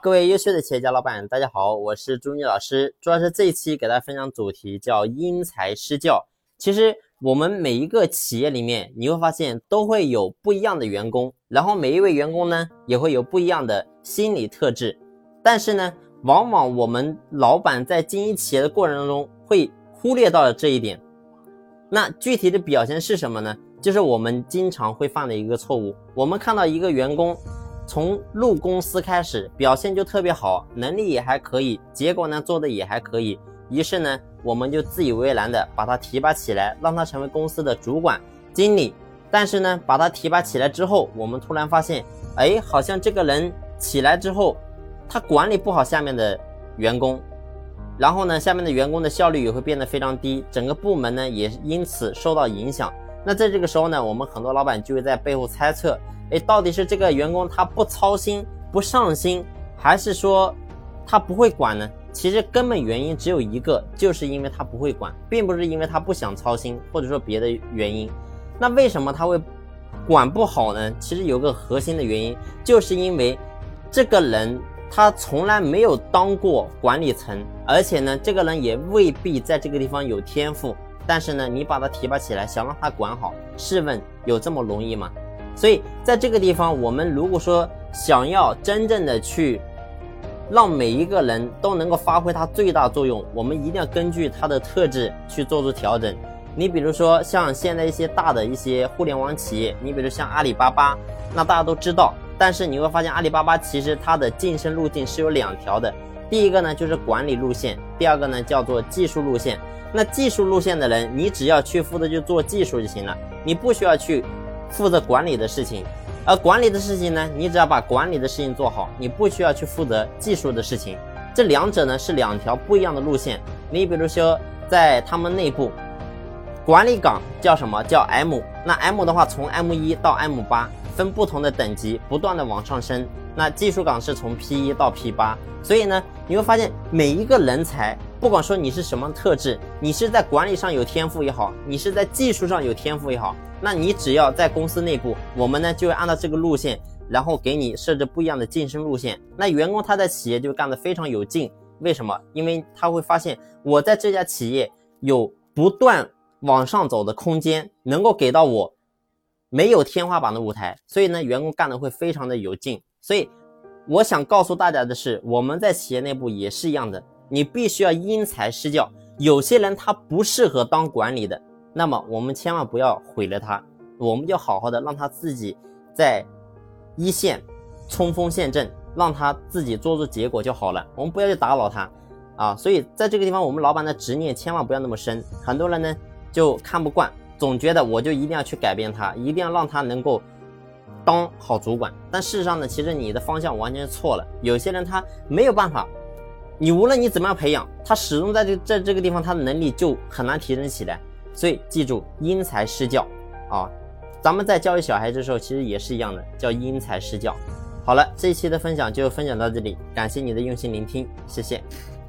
各位优秀的企业家老板，大家好，我是朱妮老师。主要是这一期给大家分享主题叫因材施教。其实我们每一个企业里面，你会发现都会有不一样的员工，然后每一位员工呢，也会有不一样的心理特质。但是呢，往往我们老板在经营企业的过程中会忽略到了这一点。那具体的表现是什么呢？就是我们经常会犯的一个错误。我们看到一个员工从入公司开始表现就特别好，能力也还可以，结果呢做的也还可以，于是呢我们就自以为然的把他提拔起来，让他成为公司的主管经理。但是呢把他提拔起来之后，我们突然发现好像这个人起来之后他管理不好下面的员工，然后呢下面的员工的效率也会变得非常低，整个部门呢也因此受到影响。那在这个时候呢，我们很多老板就会在背后猜测，到底是这个员工他不操心不上心，还是说他不会管呢？其实根本原因只有一个，就是因为他不会管，并不是因为他不想操心，或者说别的原因。那为什么他会管不好呢？其实有个核心的原因，就是因为这个人他从来没有当过管理层，而且呢这个人也未必在这个地方有天赋，但是呢你把他提拔起来，想让他管好，试问有这么容易吗？所以在这个地方，我们如果说想要真正的去让每一个人都能够发挥他最大作用，我们一定要根据他的特质去做出调整。你比如说像现在一些大的一些互联网企业，你比如像阿里巴巴，那大家都知道，但是你会发现阿里巴巴其实它的晋升路径是有两条的。第一个呢就是管理路线，第二个呢叫做技术路线。那技术路线的人，你只要去负责去做技术就行了，你不需要去负责管理的事情。而管理的事情呢，你只要把管理的事情做好，你不需要去负责技术的事情。这两者呢是两条不一样的路线。你比如说在他们内部，管理岗叫什么？叫 M。 那 M 的话从 M1 到 M8 分不同的等级不断的往上升，那技术岗是从 P1 到 P8。 所以呢你会发现每一个人才，不管说你是什么特质，你是在管理上有天赋也好，你是在技术上有天赋也好，那你只要在公司内部，我们呢就会按照这个路线，然后给你设置不一样的晋升路线。那员工他在企业就干得非常有劲。为什么？因为他会发现我在这家企业有不断往上走的空间，能够给到我没有天花板的舞台，所以呢员工干得会非常的有劲。所以我想告诉大家的是，我们在企业内部也是一样的，你必须要因材施教。有些人他不适合当管理的，那么我们千万不要毁了他，我们就好好的让他自己在一线冲锋陷阵，让他自己做出结果就好了，我们不要去打扰他所以在这个地方，我们老板的执念千万不要那么深。很多人呢就看不惯，总觉得我就一定要去改变他，一定要让他能够当好主管。但事实上呢，其实你的方向完全错了。有些人他没有办法，你无论你怎么样培养，他始终在这个地方他的能力就很难提升起来。所以记住因材施教咱们在教育小孩子的时候其实也是一样的，叫因材施教。好了，这一期的分享就分享到这里，感谢你的用心聆听，谢谢。